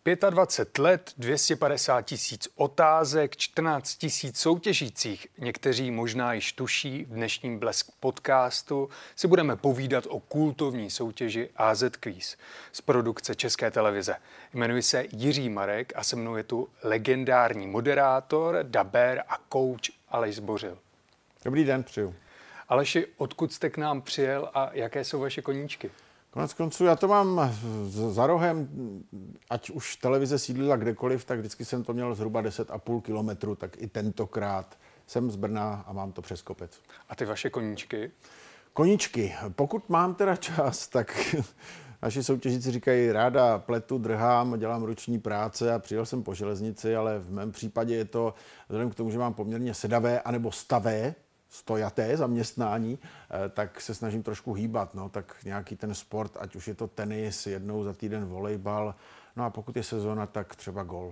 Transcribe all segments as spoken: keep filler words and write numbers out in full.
dvacet pět let, dvě stě padesát tisíc otázek, čtrnáct tisíc soutěžících. Někteří možná již tuší, v dnešním Blesk podcastu si budeme povídat o kultovní soutěži á zet Quiz z produkce České televize. Jmenuji se Jiří Marek a se mnou je tu legendární moderátor, dabér a kouč Aleš Zbořil. Dobrý den, přeju. Aleši, odkud jste k nám přijel a jaké jsou vaše koníčky? Konec konců, já to mám za rohem, ať už televize sídlila kdekoliv, tak vždycky jsem to měl zhruba deset a půl kilometru, tak i tentokrát jsem z Brna a mám to přes kopec. A ty vaše koníčky? Koníčky. Pokud mám teda čas, tak naši soutěžíci říkají, ráda pletu, drhám, dělám ruční práce a přijel jsem po železnici, ale v mém případě je to, vzhledem k tomu, že mám poměrně sedavé anebo stavé, stojaté zaměstnání, tak se snažím trošku hýbat, no, tak nějaký ten sport, ať už je to tenis, jednou za týden volejbal, no a pokud je sezóna, tak třeba golf.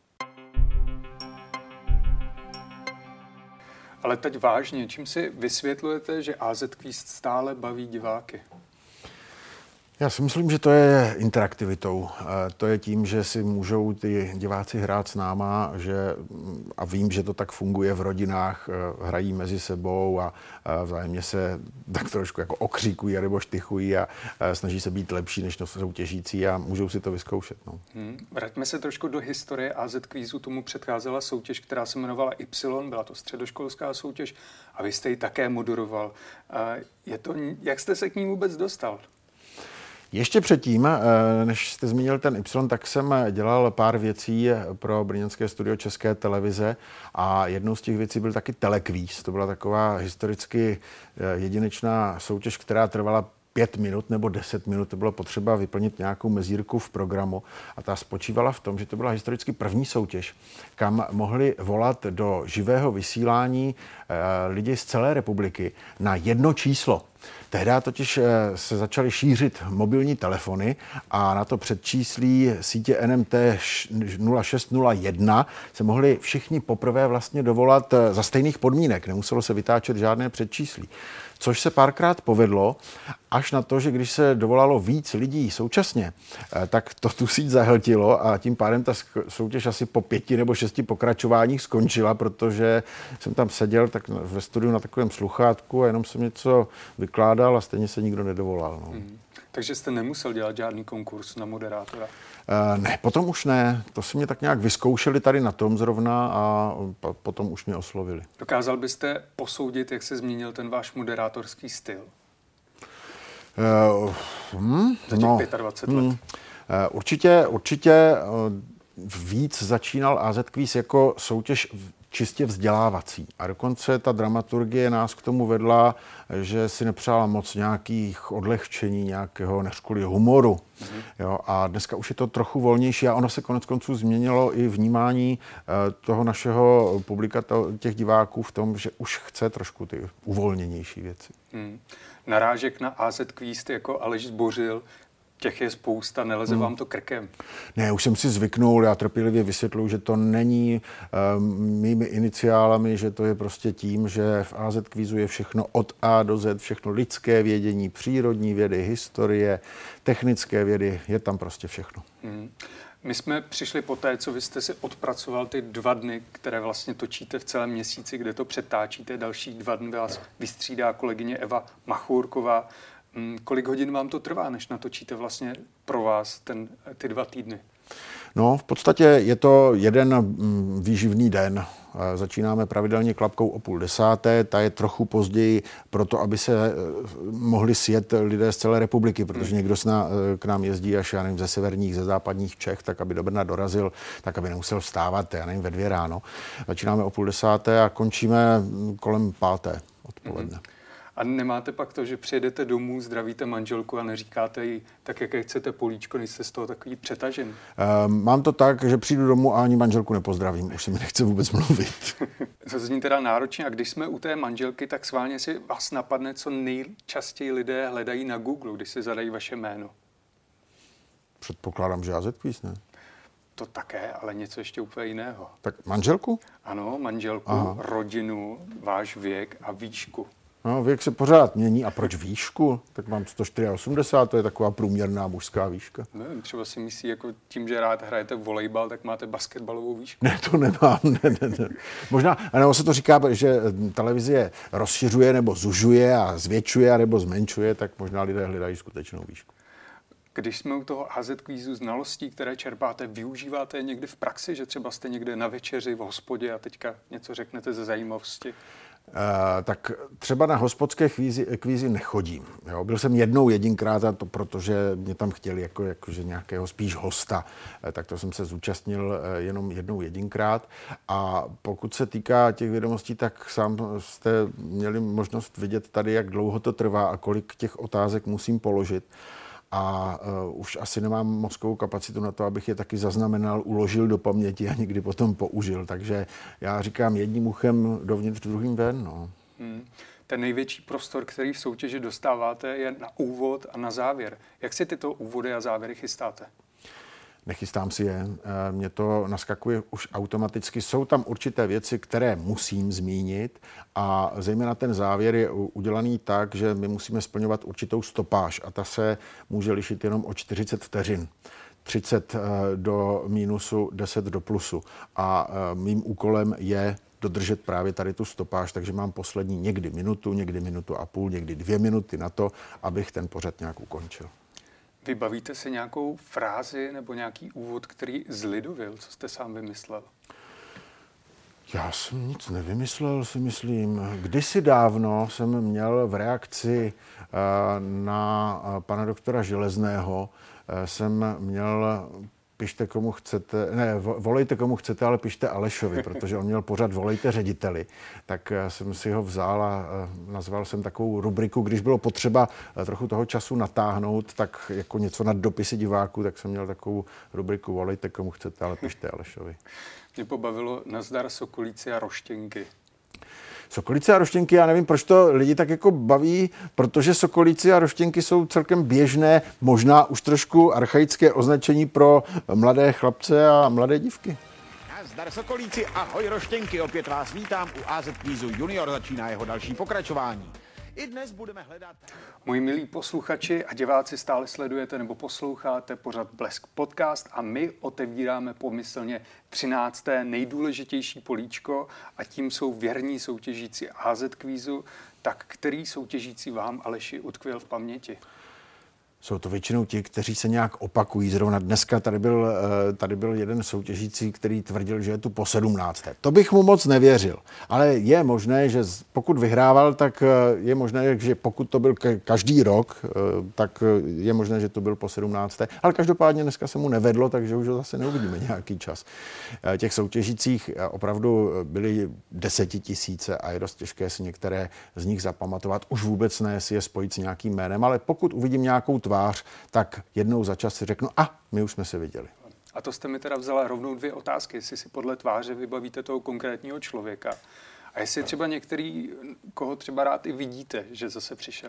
Ale teď vážně, čím si vysvětlujete, že á zet Quiz stále baví diváky? Já si myslím, že to je interaktivitou. To je tím, že si můžou ty diváci hrát s náma, že, a vím, že to tak funguje v rodinách, hrají mezi sebou a vzájemně se tak trošku jako okřikují nebo štychují a snaží se být lepší než soutěžící a můžou si to vyzkoušet. No. Hmm. Vraťme se trošku do historie á zet Quizu. Tomu předcházela soutěž, která se jmenovala Y, byla to středoškolská soutěž a vy jste ji také moderoval. Je to, jak jste se k ní vůbec dostal? Ještě předtím, než jste zmínil ten Y, tak jsem dělal pár věcí pro brněnské studio České televize a jednou z těch věcí byl taky telekvíz. To byla taková historicky jedinečná soutěž, která trvala pět minut nebo deset minut. To bylo potřeba vyplnit nějakou mezírku v programu a ta spočívala v tom, že to byla historicky první soutěž, kam mohli volat do živého vysílání lidi z celé republiky na jedno číslo. Tehdy totiž se začaly šířit mobilní telefony a na to předčíslí sítě N M T nula šest nula jedna se mohli všichni poprvé vlastně dovolat za stejných podmínek. Nemuselo se vytáčet žádné předčíslí. Což se párkrát povedlo, až na to, že když se dovolalo víc lidí současně, tak to tu síť zahltilo a tím pádem ta soutěž asi po pěti nebo šesti pokračováních skončila, protože jsem tam seděl tak ve studiu na takovém sluchátku a jenom jsem něco vykládal a stejně se nikdo nedovolal. No. Hmm. Takže jste nemusel dělat žádný konkurs na moderátora? Uh, ne, potom už ne. To si mě tak nějak vyzkoušeli tady na tom zrovna a potom už mě oslovili. Dokázal byste posoudit, jak se změnil ten váš moderátorský styl? Uh, hmm, Za těch no, dvacet pět hmm, let. Uh, určitě, určitě uh, víc začínal á zet Quiz jako soutěž čistě vzdělávací. A dokonce ta dramaturgie nás k tomu vedla, že si nepřála moc nějakých odlehčení, nějakého neřkuli humoru. Mm-hmm. Jo, a dneska už je to trochu volnější a ono se konec konců změnilo i vnímání uh, toho našeho publika, těch diváků v tom, že už chce trošku ty uvolněnější věci. Mm. Narážek na á zet Quiz jako Aleš Zbořil, těch je spousta, neleze hmm. vám to krkem? Ne, už jsem si zvyknul, já trpělivě vysvětluji, že to není um, mými iniciálami, že to je prostě tím, že v á zet Quizu je všechno od A do Z, všechno lidské vědění, přírodní vědy, historie, technické vědy, je tam prostě všechno. Hmm. My jsme přišli po té, co vy jste si odpracoval ty dva dny, které vlastně točíte v celém měsíci, kde to přetáčíte, další dva dny vás vystřídá kolegyně Eva Machůrková. Kolik hodin vám to trvá, než natočíte vlastně pro vás ten, ty dva týdny? No, v podstatě je to jeden výživný den. Začínáme pravidelně klapkou o půl desáté, ta je trochu později proto, aby se mohli sjet lidé z celé republiky, protože hmm. někdo k nám jezdí až, já nevím, ze severních, ze západních Čech, tak aby do Brna dorazil, tak aby nemusel vstávat, já nevím, ve dvě ráno. Začínáme o půl desáté a končíme kolem páté odpoledne. Hmm. A nemáte pak to, že přijedete domů, zdravíte manželku a neříkáte jí tak, jaké chcete políčko, nejste z toho takový přetažen? Uh, mám to tak, že přijdu domů a ani manželku nepozdravím. Už se mi nechce vůbec mluvit. To zní teda náročně. A když jsme u té manželky, tak schválně si vás napadne, co nejčastěji lidé hledají na Google, když si zadají vaše jméno. Předpokládám, že á zet Quiz, ne? To také, ale něco ještě úplně jiného. Tak manželku? Ano, manželku, aha, rodinu, váš věk a výšku. No, věk se pořád mění. A proč výšku? Tak mám sto osmdesát čtyři, to je taková průměrná mužská výška. Nevím, třeba si myslí, jako tím, že rád hrajete volejbal, tak máte basketbalovou výšku. Ne, to nemám. Ne, ne, ne. Možná, nebo se to říká, že televize rozšiřuje nebo zužuje a zvětšuje nebo zmenšuje, tak možná lidé hledají skutečnou výšku. Když jsme u toho H Z kvízu, znalostí, které čerpáte, využíváte je někdy v praxi, že třeba jste někde na večeři v hospodě a teďka něco řeknete ze zajímavosti? Uh, tak třeba na hospodské kvízi, kvízi nechodím. Jo. Byl jsem jednou jedinkrát, a to protože mě tam chtěli jako, jakože nějakého spíš hosta, uh, tak to jsem se zúčastnil uh, jenom jednou jedinkrát. A pokud se týká těch vědomostí, tak sám jste měli možnost vidět tady, jak dlouho to trvá a kolik těch otázek musím položit. A uh, už asi nemám mozkovou kapacitu na to, abych je taky zaznamenal, uložil do paměti a někdy potom použil. Takže já říkám jedním uchem dovnitř, druhým ven. No. Hmm. Ten největší prostor, který v soutěži dostáváte, je na úvod a na závěr. Jak si tyto úvody a závěry chystáte? Nechystám si je, mně to naskakuje už automaticky. Jsou tam určité věci, které musím zmínit a zejména ten závěr je udělaný tak, že my musíme splňovat určitou stopáž a ta se může lišit jenom o čtyřicet vteřin. třicet do mínusu, deset do plusu. A mým úkolem je dodržet právě tady tu stopáž, takže mám poslední někdy minutu, někdy minutu a půl, někdy dvě minuty na to, abych ten pořad nějak ukončil. Vybavíte si nějakou frázi nebo nějaký úvod, který zlidovil, co jste sám vymyslel? Já jsem nic nevymyslel, si myslím. Kdysi dávno jsem měl v reakci na pana doktora Železného, jsem měl pište komu chcete, ne, volejte komu chcete, ale pište Alešovi, protože on měl pořád volejte řediteli. Tak jsem si ho vzal a nazval jsem takovou rubriku, když bylo potřeba trochu toho času natáhnout, tak jako něco nad dopisy diváků, tak jsem měl takovou rubriku volejte komu chcete, ale pište Alešovi. Mě pobavilo nazdar Sokolíci a roštěnky. Sokolice a roštěnky, já nevím, proč to lidi tak jako baví, protože sokolíci a roštěnky jsou celkem běžné, možná už trošku archaické označení pro mladé chlapce a mladé dívky. Nazdar Sokolíci, ahoj roštěnky, opět vás vítám u A Z kvízu Junior, začíná jeho další pokračování. I dnes budeme hledat... Moji milí posluchači a diváci, stále sledujete nebo posloucháte pořad Blesk podcast a my otevíráme pomyslně třinácté nejdůležitější políčko a tím jsou věrní soutěžící A Z kvízu. Tak který soutěžící vám, Aleši, utkvěl v paměti? Jsou to většinou ti, kteří se nějak opakují. Zrovna dneska tady byl, tady byl jeden soutěžící, který tvrdil, že je tu po sedmnácté. To bych mu moc nevěřil. Ale je možné, že pokud vyhrával, tak je možné, že pokud to byl každý rok, tak je možné, že to byl po sedmnácté. Ale každopádně dneska se mu nevedlo, takže už ho zase neuvidíme nějaký čas. Těch soutěžících opravdu byly desetitisíce a je dost těžké si některé z nich zapamatovat. Už vůbec ne si je spojit s nějakým jménem, ale pokud uvidím nějakou tvář, tak jednou za čas si řeknu, a my už jsme se viděli. A to jste mi teda vzala rovnou dvě otázky, jestli si podle tváře vybavíte toho konkrétního člověka a jestli třeba některý, koho třeba rád i vidíte, že zase přišel.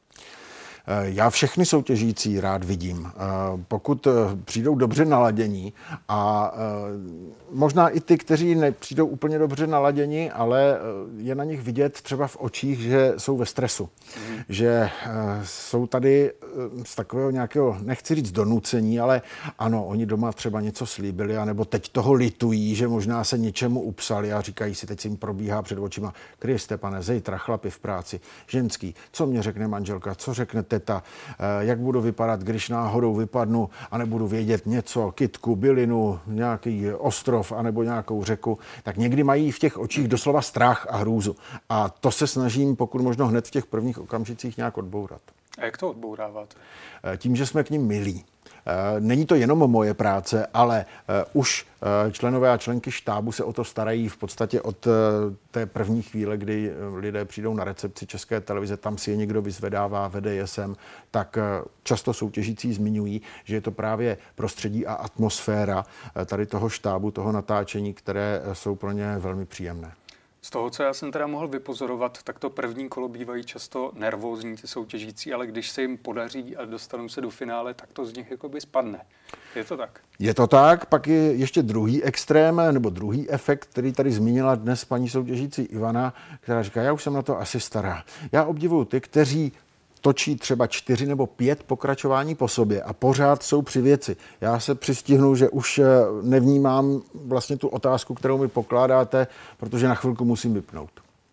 Já všechny soutěžící rád vidím. Pokud přijdou dobře naladění a možná i ty, kteří nepřijdou úplně dobře naladění, ale je na nich vidět třeba v očích, že jsou ve stresu. Mm. Že jsou tady z takového nějakého, nechci říct donucení, ale ano, oni doma třeba něco slíbili, anebo teď toho litují, že možná se něčemu upsali a říkají si, teď si jim probíhá před očima, Kriste, pane, zítra chlapi v práci, ženský, co mě řekne manželka, co řekne teta, jak budu vypadat, když náhodou vypadnu a nebudu vědět něco, kytku, bylinu, nějaký ostrov anebo nějakou řeku, tak někdy mají v těch očích doslova strach a hrůzu. A to se snažím pokud možno hned v těch prvních okamžicích nějak odbourat. A jak to odbouráváte? Tím, že jsme k nim milí. Není to jenom moje práce, ale už členové a členky štábu se o to starají v podstatě od té první chvíle, kdy lidé přijdou na recepci České televize, tam si je někdo vyzvedává, vede je sem, tak často soutěžící zmiňují, že je to právě prostředí a atmosféra tady toho štábu, toho natáčení, které jsou pro ně velmi příjemné. Z toho, co já jsem teda mohl vypozorovat, tak to první kolo bývají často nervózní ty soutěžící, ale když se jim podaří a dostanou se do finále, tak to z nich jakoby spadne. Je to tak? Je to tak, pak je ještě druhý extrém, nebo druhý efekt, který tady zmínila dnes paní soutěžící Ivana, která říká, já už jsem na to asi stará. Já obdivuju ty, kteří točí třeba čtyři nebo pět pokračování po sobě a pořád jsou při věci. Já se přistihnu, že už nevnímám vlastně tu otázku, kterou mi pokládáte, protože na chvilku musím vypnout.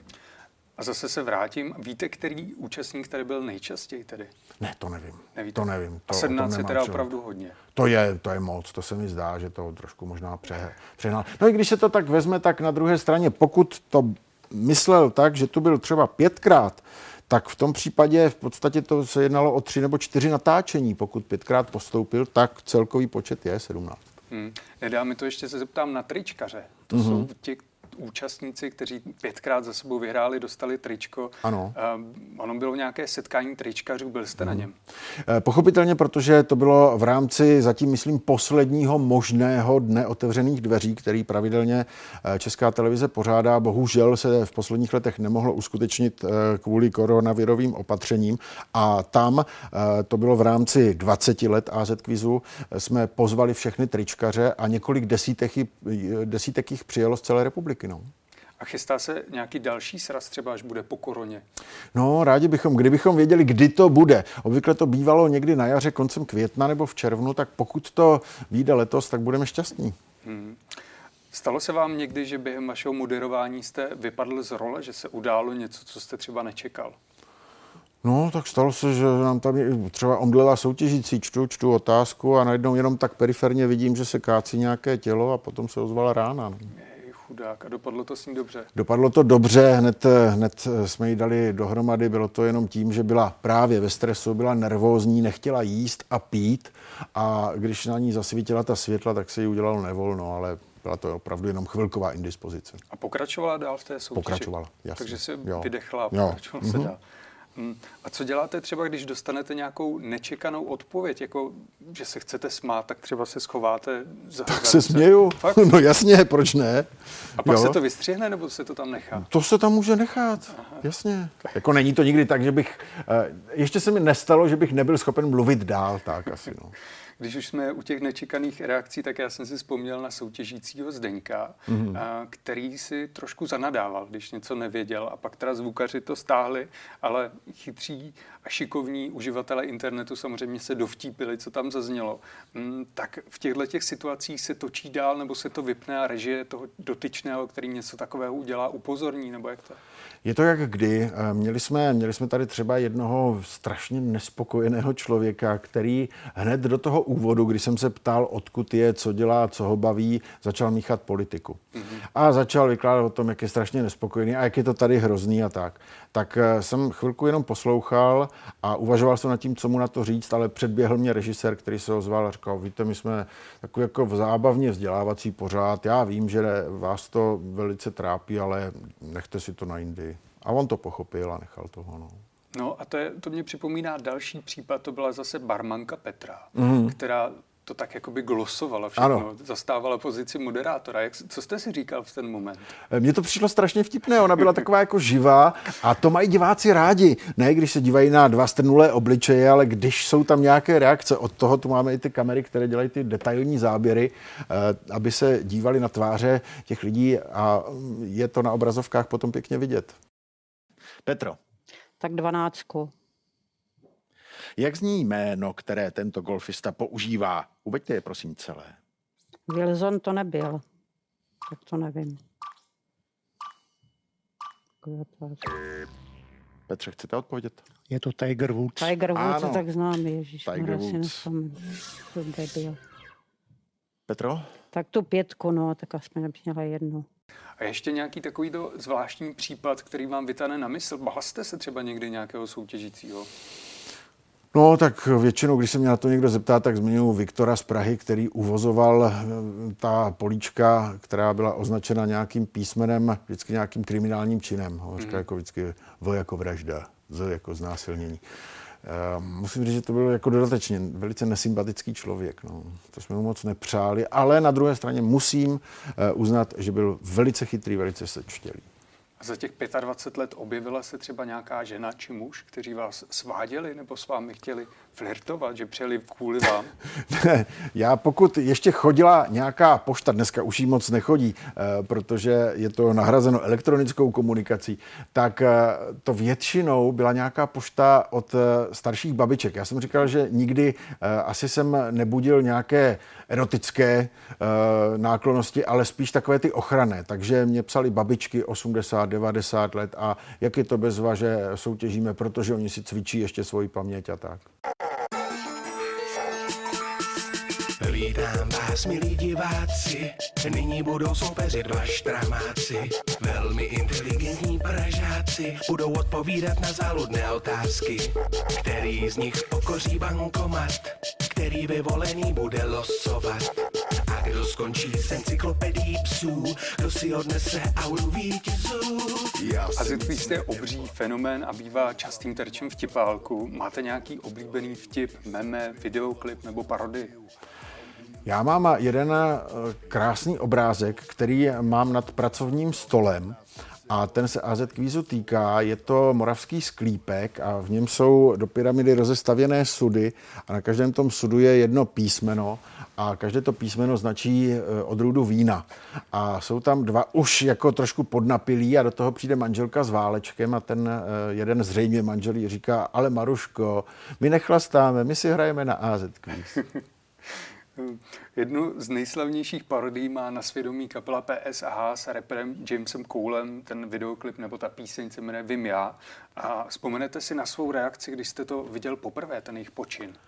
A zase se vrátím. Víte, který účastník tady byl nejčastěji tedy? Ne, to nevím. Nevíte? To nevím. To, a sedmnáct je teda třeba. opravdu hodně. To je, to je moc, to se mi zdá, že to trošku možná pře, přehnal. No i když se to tak vezme, tak na druhé straně, pokud to myslel tak, že tu byl třeba pětkrát, tak v tom případě v podstatě to se jednalo o tři nebo čtyři natáčení. Pokud pětkrát postoupil, tak celkový počet je sedmnáct. Hmm. Nedá mi to ještě se zeptám na tričkaře. To mm-hmm. jsou ti účastníci, kteří pětkrát za sebou vyhráli, dostali tričko. Ano. Uh, ono bylo nějaké setkání tričkařů, byl jste mm. na něm? Pochopitelně, protože to bylo v rámci zatím, myslím, posledního možného dne otevřených dveří, který pravidelně Česká televize pořádá. Bohužel se v posledních letech nemohlo uskutečnit kvůli koronavirovým opatřením. A tam, to bylo v rámci dvaceti let á zet Quizu, jsme pozvali všechny tričkaře a několik desítek, desítek jich přijelo z celé republiky. No. A chystá se nějaký další sraz, třeba až bude po koroně? No, rádi bychom, kdybychom věděli, kdy to bude. Obvykle to bývalo někdy na jaře, koncem května nebo v červnu, tak pokud to vyjde letos, tak budeme šťastní. Hmm. Stalo se vám někdy, že během vašeho moderování jste vypadl z role, že se událo něco, co jste třeba nečekal? No, tak stalo se, že nám tam třeba omdlela soutěžící, čtu, čtu otázku a najednou jenom tak periferně vidím, že se kácí nějaké tělo a potom se ozvala rána. No. Chudák. A dopadlo to s ní dobře? Dopadlo to dobře, hned, hned jsme ji dali dohromady, bylo to jenom tím, že byla právě ve stresu, byla nervózní, nechtěla jíst a pít a když na ní zasvítila ta světla, tak se jí udělalo nevolno, ale byla to opravdu jenom chvilková indispozice. A pokračovala dál v té soutěži? Pokračovala, jasně. Takže se jo. vydechla a pokračovala se dál. A co děláte třeba, když dostanete nějakou nečekanou odpověď, jako že se chcete smát, tak třeba se schováte za... Tak se směju. Fakt? No jasně, proč ne? A pak jo. se to vystřihne, nebo se to tam nechá? To se tam může nechat, aha. Jasně. Jako není to nikdy tak, že bych... Ještě se mi nestalo, že bych nebyl schopen mluvit dál, tak asi, no. Když už jsme u těch nečekaných reakcí, tak já jsem si vzpomněl na soutěžícího Zdeňka, mm-hmm. který si trošku zanadával, když něco nevěděl. A pak teda zvukaři to stáhli, ale chytří a šikovní uživatelé internetu samozřejmě se dovtípili, co tam zaznělo. Tak v těchto těch situacích se točí dál, nebo se to vypne a režie toho dotyčného, který něco takového udělá, upozorní, nebo jak to? Je to jak kdy. Měli jsme, měli jsme tady třeba jednoho strašně nespokojeného člověka, který hned do toho úvodu, kdy jsem se ptal, odkud je, co dělá, co ho baví, začal míchat politiku. Mm-hmm. A začal vykládat o tom, jak je strašně nespokojený a jak je to tady hrozný a tak. Tak jsem chvilku jenom poslouchal a uvažoval jsem nad tím, co mu na to říct, ale předběhl mě režisér, který se ozval a říkal, víte, my jsme takový jako v zábavně vzdělávací pořád. Já vím, že vás to velice trápí, ale nechte si to na jindy. A on to pochopil a nechal toho. No, no a to, je, to mě připomíná další případ, to byla zase barmanka Petra, mm. která to tak jakoby glosovala všechno, ano. Zastávala pozici moderátora. Jak, co jste si říkal v ten moment? Mně to přišlo strašně vtipné, ona byla taková jako živá a to mají diváci rádi. Ne, když se dívají na dva strnulé obličeje, ale když jsou tam nějaké reakce. Od toho tu máme i ty kamery, které dělají ty detailní záběry, aby se dívali na tváře těch lidí a je to na obrazovkách potom pěkně vidět. Petro. Tak dvanáctku. Jak zní jméno, které tento golfista používá? Uveďte je prosím celé. Wilson to nebyl. Tak to nevím. Petře, chcete odpovědět? Je to Tiger Woods. Tiger Woods, to tak znám, ježiš. Tiger Woods. Petro? Tak tu pětku, no, tak aspoň měla jednu. A ještě nějaký takovýto zvláštní případ, který vám vytane na mysl? Bál jste se třeba někdy nějakého soutěžícího? No, tak většinou, když se mě na to někdo zeptá, tak zmiňuji Viktora z Prahy, který uvozoval ta políčka, která byla označena nějakým písmenem, vždycky nějakým kriminálním činem. Ho říká mm. jako vždycky V jako vražda, Z jako znásilnění. Uh, musím říct, že to byl jako dodatečně velice nesympatický člověk. No. To jsme mu moc nepřáli, ale na druhé straně musím uh, uznat, že byl velice chytrý, velice sečtělý. A za těch dvacet pět let objevila se třeba nějaká žena či muž, kteří vás sváděli nebo s vámi chtěli flirtovat, že přijeli kvůli vám? Ne, já pokud ještě chodila nějaká pošta, dneska už jí moc nechodí, protože je to nahrazeno elektronickou komunikací, tak to většinou byla nějaká pošta od starších babiček. Já jsem říkal, že nikdy asi jsem nebudil nějaké erotické náklonnosti, ale spíš takové ty ochranné. Takže mě psali babičky osmdesát, devadesát let a jak je to bezva, že soutěžíme, protože oni si cvičí ještě svoji paměť a tak. Vítám vás, milí diváci, nyní budou soupeřit dva štramáci. Velmi inteligentní Pražáci budou odpovídat na záludné otázky. Který z nich pokoří bankomat, který vyvolený bude losovat. A kdo skončí s encyklopedií psů, kdo si odnese auru vítězů. A Zetví jste obří fenomén a bývá častým terčem vtipálku. Máte nějaký oblíbený vtip, meme, videoklip nebo parodii? Já mám jeden krásný obrázek, který mám nad pracovním stolem a ten se á zet kvízu týká. Je to moravský sklípek a v něm jsou do pyramidy rozestavěné sudy a na každém tom sudu je jedno písmeno a každé to písmeno značí odrůdu vína. A jsou tam dva už jako trošku podnapilí a do toho přijde manželka s válečkem a ten jeden zřejmě manželí říká: ale Maruško, my nechlastáme, my si hrajeme na á zet kvíz. Jednu z nejslavnějších parodií má na svědomí kapela P S A H s raperem Jamesem Coolem. Ten videoklip nebo ta píseň se jmenuje Vím já. A vzpomenete si na svou reakci, když jste to viděl poprvé, ten jejich počin? Uh,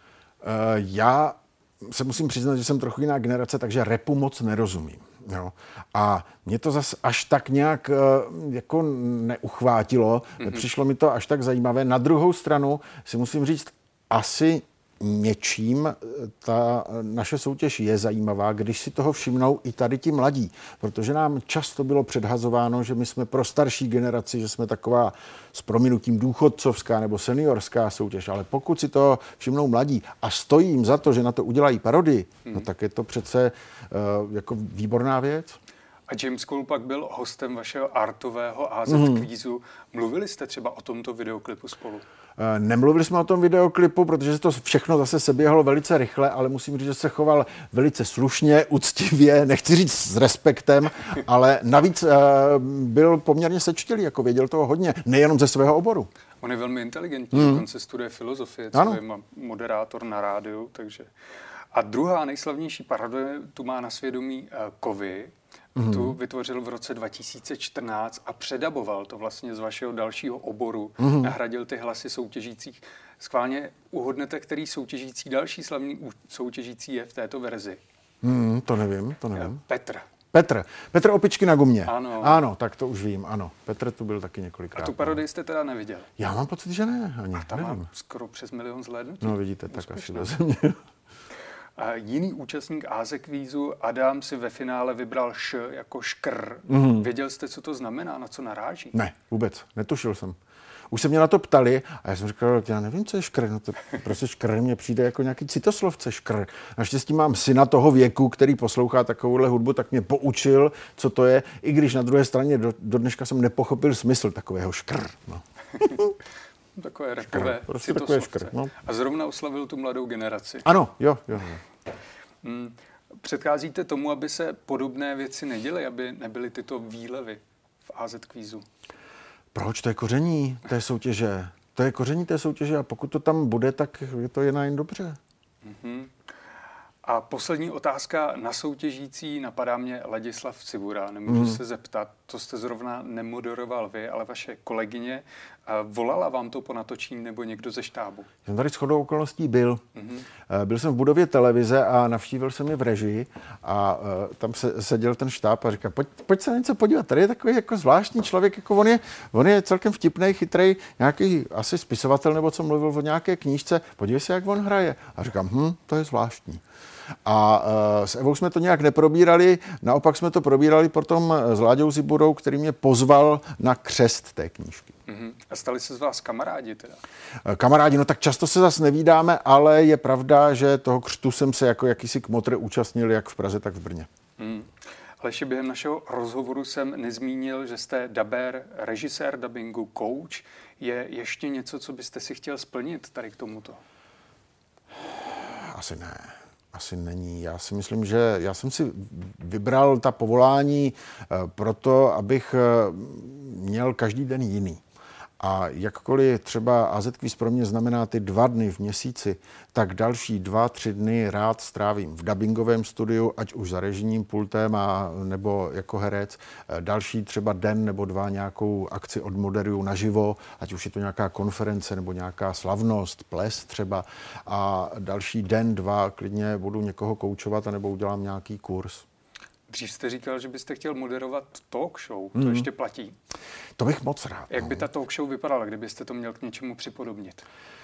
já se musím přiznat, že jsem trochu jiná generace, takže rapu moc nerozumím. Jo. A mě to zas až tak nějak uh, jako neuchvátilo. Mm-hmm. Přišlo mi to až tak zajímavé. Na druhou stranu si musím říct, asi něčím ta naše soutěž je zajímavá, když si toho všimnou i tady ti mladí, protože nám často bylo předhazováno, že my jsme pro starší generaci, že jsme taková s prominutím důchodcovská nebo seniorská soutěž, ale pokud si toho všimnou mladí a stojí jim za to, že na to udělají parodii, hmm. no tak je to přece uh, jako výborná věc. A James Cool pak byl hostem vašeho artového á zet mm. kvízu. Mluvili jste třeba o tomto videoklipu spolu? Nemluvili jsme o tom videoklipu, protože se to všechno zase seběhlo velice rychle, ale musím říct, že se choval velice slušně, úctivě, nechci říct s respektem, ale navíc uh, byl poměrně sečtělý, jako věděl toho hodně, nejenom ze svého oboru. On je velmi inteligentní, mm. dokonce studuje filozofii, co je moderátor na rádiu, takže... A druhá nejslavnější parodie tu má na svědomí uh, Kovy. Mm. Tu vytvořil v roce dva tisíce čtrnáct a předaboval to vlastně z vašeho dalšího oboru. Mm. Nahradil ty hlasy soutěžících. Schválně uhodnete, který soutěžící, další slavný soutěžící je v této verzi? Mm, to nevím, to nevím. Petr. Petr. Petr Opičky na gumě. Ano. Ano, tak to už vím, ano. Petr tu byl taky několikrát. A tu parodii jste teda neviděl? Já mám pocit, že ne, ani. A tam nevím. má skoro přes milion zhlédnutí. No vidíte, tak Úspěšná. asi do země. A jiný účastník á zet kvízu, Adam, si ve finále vybral š jako škr. Mm. Věděl jste, co to znamená, na co naráží? Ne, vůbec, netušil jsem. Už se mě na to ptali a já jsem říkal, já nevím, co je škr. No to prostě škr mně přijde jako nějaký citoslovce škr. Naštěstí mám syna toho věku, který poslouchá takovouhle hudbu, tak mě poučil, co to je, i když na druhé straně do, do dneška jsem nepochopil smysl takového škr. No. Takové rapové prostě takové škr, no. A zrovna oslavil tu mladou generaci. Ano, jo, jo. jo. Hmm. Předcházíte tomu, aby se podobné věci neděly, aby nebyly tyto výlevy v á zet kvízu? Proč? To je koření té soutěže. To je koření té soutěže a pokud to tam bude, tak je to jen jen dobře. Mm-hmm. A poslední otázka na soutěžící, napadá mě Ladislav Cibura. Nemůžu mm. se zeptat, to jste zrovna nemoderoval vy, ale vaše kolegyně. Volala vám to po natočení nebo někdo ze štábu? Jsem tady shodou okolností byl. Mm-hmm. Byl jsem v budově televize a navštívil jsem je v režii a tam se, seděl ten štáb a říkal, pojď, pojď se na něco podívat. Tady je takový jako zvláštní člověk, jako on je, on je celkem vtipnej, chytrej, nějaký asi spisovatel nebo co mluvil o nějaké knížce. Podívej se, jak on hraje. A říkám, hm, to je zvláštní. A uh, s Evou jsme to nějak neprobírali, naopak jsme to probírali potom s Láďou Ziburou, který mě pozval na křest té knížky. Mm-hmm. A stali se z vás kamarádi teda? Kamarádi, no tak často se zase nevídáme, ale je pravda, že toho křtu jsem se jako jakýsi kmotr účastnil jak v Praze, tak v Brně. Mm. Aleši, během našeho rozhovoru jsem nezmínil, že jste dabér, režisér dabingu, coach. Je ještě něco, co byste si chtěl splnit tady k tomuto? Asi ne. Asi není. Já si myslím, že já jsem si vybral ta povolání proto, abych měl každý den jiný. A jakkoliv třeba á zet Quiz pro mě znamená ty dva dny v měsíci, tak další dva, tři dny rád strávím v dabingovém studiu, ať už za režijním pultem a, nebo jako herec. Další třeba den nebo dva nějakou akci odmoderuju naživo, ať už je to nějaká konference nebo nějaká slavnost, ples třeba. A další den, dva klidně budu někoho koučovat nebo udělám nějaký kurz. Dřív jste říkal, že byste chtěl moderovat talk show. To hmm. ještě platí? To bych moc rád. Jak no. by ta talk show vypadala, kdybyste to měl k něčemu připodobnit?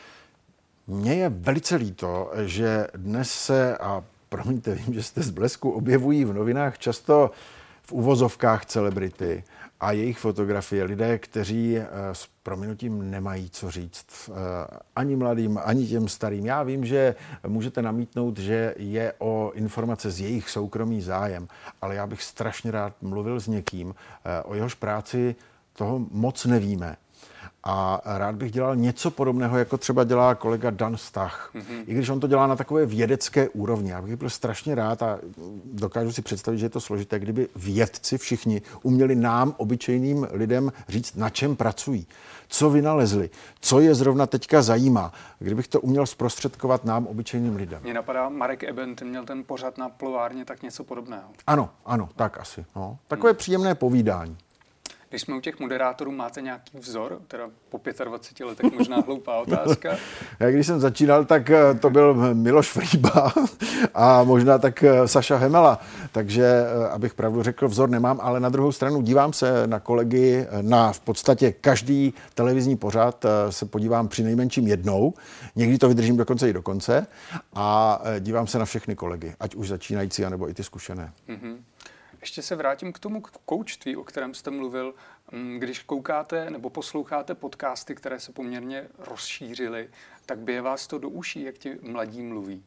Mně je velice líto, že dnes se, a promiňte, vím, že jste z Blesku, objevují v novinách často v uvozovkách celebrity a jejich fotografie. Lidé, kteří s prominutím nemají co říct ani mladým, ani těm starým. Já vím, že můžete namítnout, že je o informace z jejich soukromý zájem, ale já bych strašně rád mluvil s někým, o jehož práci toho moc nevíme. A rád bych dělal něco podobného, jako třeba dělá kolega Dan Stach. Mm-hmm. I když on to dělá na takové vědecké úrovni. Já bych byl strašně rád a dokážu si představit, že je to složité, kdyby vědci všichni uměli nám, obyčejným lidem, říct, na čem pracují, co vynalezli, co je zrovna teďka zajímá. Kdybych to uměl zprostředkovat nám, obyčejným lidem. Mně napadá, Marek Eben, ten měl ten pořad na Plovárně, tak něco podobného. Ano, ano, tak asi. No. Takové mm. příjemné povídání. Když jsme u těch moderátorů, máte nějaký vzor? Teda po dvaceti pěti letech možná hloupá otázka. Já když jsem začínal, tak to byl Miloš Frýba a možná tak Saša Hemela. Takže, abych pravdu řekl, vzor nemám, ale na druhou stranu dívám se na kolegy, na v podstatě každý televizní pořad se podívám přinejmenším jednou. Někdy to vydržím dokonce i do konce a dívám se na všechny kolegy, ať už začínající, anebo i ty zkušené. Mm-hmm. Ještě se vrátím k tomu koučství, o kterém jste mluvil. Když koukáte nebo posloucháte podcasty, které se poměrně rozšířily, tak bije vás to do uší, jak ti mladí mluví?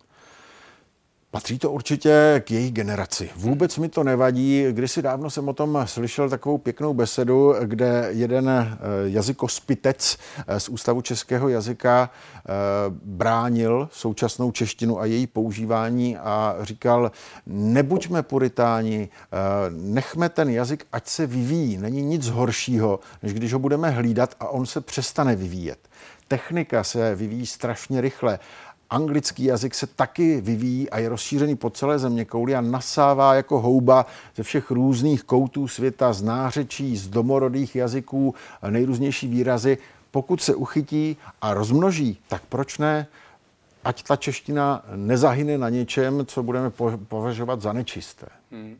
Patří to určitě k jejich generaci. Vůbec mi to nevadí. Kdysi dávno jsem o tom slyšel takovou pěknou besedu, kde jeden jazykospitec z Ústavu českého jazyka bránil současnou češtinu a její používání a říkal, nebuďme puritáni, nechme ten jazyk, ať se vyvíjí. Není nic horšího, než když ho budeme hlídat a on se přestane vyvíjet. Technika se vyvíjí strašně rychle. Anglický jazyk se taky vyvíjí a je rozšířený po celé zeměkouli a nasává jako houba ze všech různých koutů světa, z nářečí, z domorodých jazyků, nejrůznější výrazy. Pokud se uchytí a rozmnoží, tak proč ne? Ať ta čeština nezahyne na něčem, co budeme považovat za nečisté. Hmm.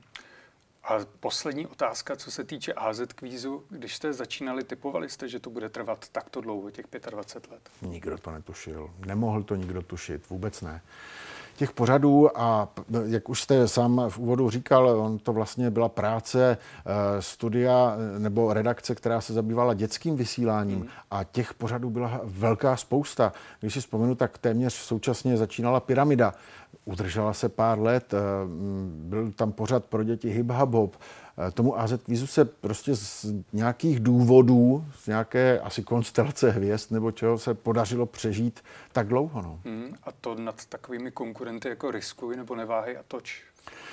A poslední otázka, co se týče á zet Quizu. Když jste začínali, typovali jste, že to bude trvat takto dlouho, těch dvacet pět let? Nikdo to netušil. Nemohl to nikdo tušit. Vůbec ne. Těch pořadů a jak už jste sám v úvodu říkal, on to vlastně byla práce studia nebo redakce, která se zabývala dětským vysíláním mm. a těch pořadů byla velká spousta. Když si vzpomenu, tak téměř současně začínala Pyramida. Udržela se pár let, byl tam pořad pro děti Hip Hop Hop. Tomu á zet Quizu se prostě z nějakých důvodů, z nějaké asi konstelace hvězd nebo čeho se podařilo přežít tak dlouho. No. Hmm, a to nad takovými konkurenty jako Riskuj nebo Neváhej a toč?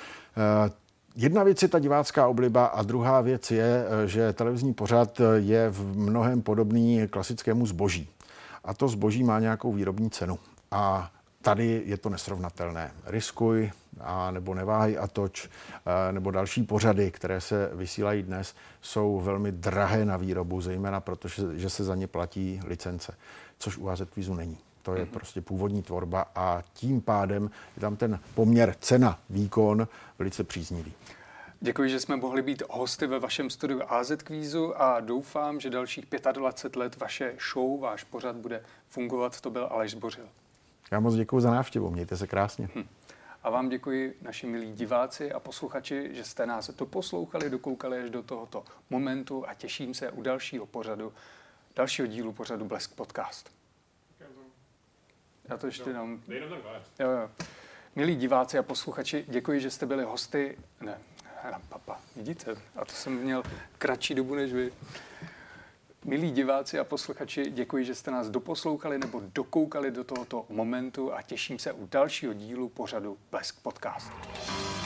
Uh, Jedna věc je ta divácká obliba a druhá věc je, že televizní pořad je v mnohem podobný klasickému zboží. A to zboží má nějakou výrobní cenu. A tady je to nesrovnatelné. Riskuj, a nebo Neváhej a toč, a nebo další pořady, které se vysílají dnes, jsou velmi drahé na výrobu, zejména protože že se za ně platí licence, což u á zet Quizu není. To je mm-hmm. prostě původní tvorba a tím pádem je tam ten poměr cena-výkon velice příznivý. Děkuji, že jsme mohli být hosty ve vašem studiu á zet Quizu a doufám, že dalších dvacet pět let vaše show, váš pořad bude fungovat. To byl Aleš Zbořil. Já moc děkuji za návštěvu, mějte se krásně. Hm. A vám děkuji, naši milí diváci a posluchači, že jste nás doposlouchali, dokoukali až do tohoto momentu a těším se u dalšího pořadu, dalšího dílu pořadu Blesk Podcast. Já to ještě dám. Jo, jo. Milí diváci a posluchači, děkuji, že jste byli hosty, ne, Papa, vidíte? A to jsem měl kratší dobu než vy. Milí diváci a posluchači, děkuji, že jste nás doposlouchali nebo dokoukali do tohoto momentu a těším se u dalšího dílu pořadu Blesk Podcast.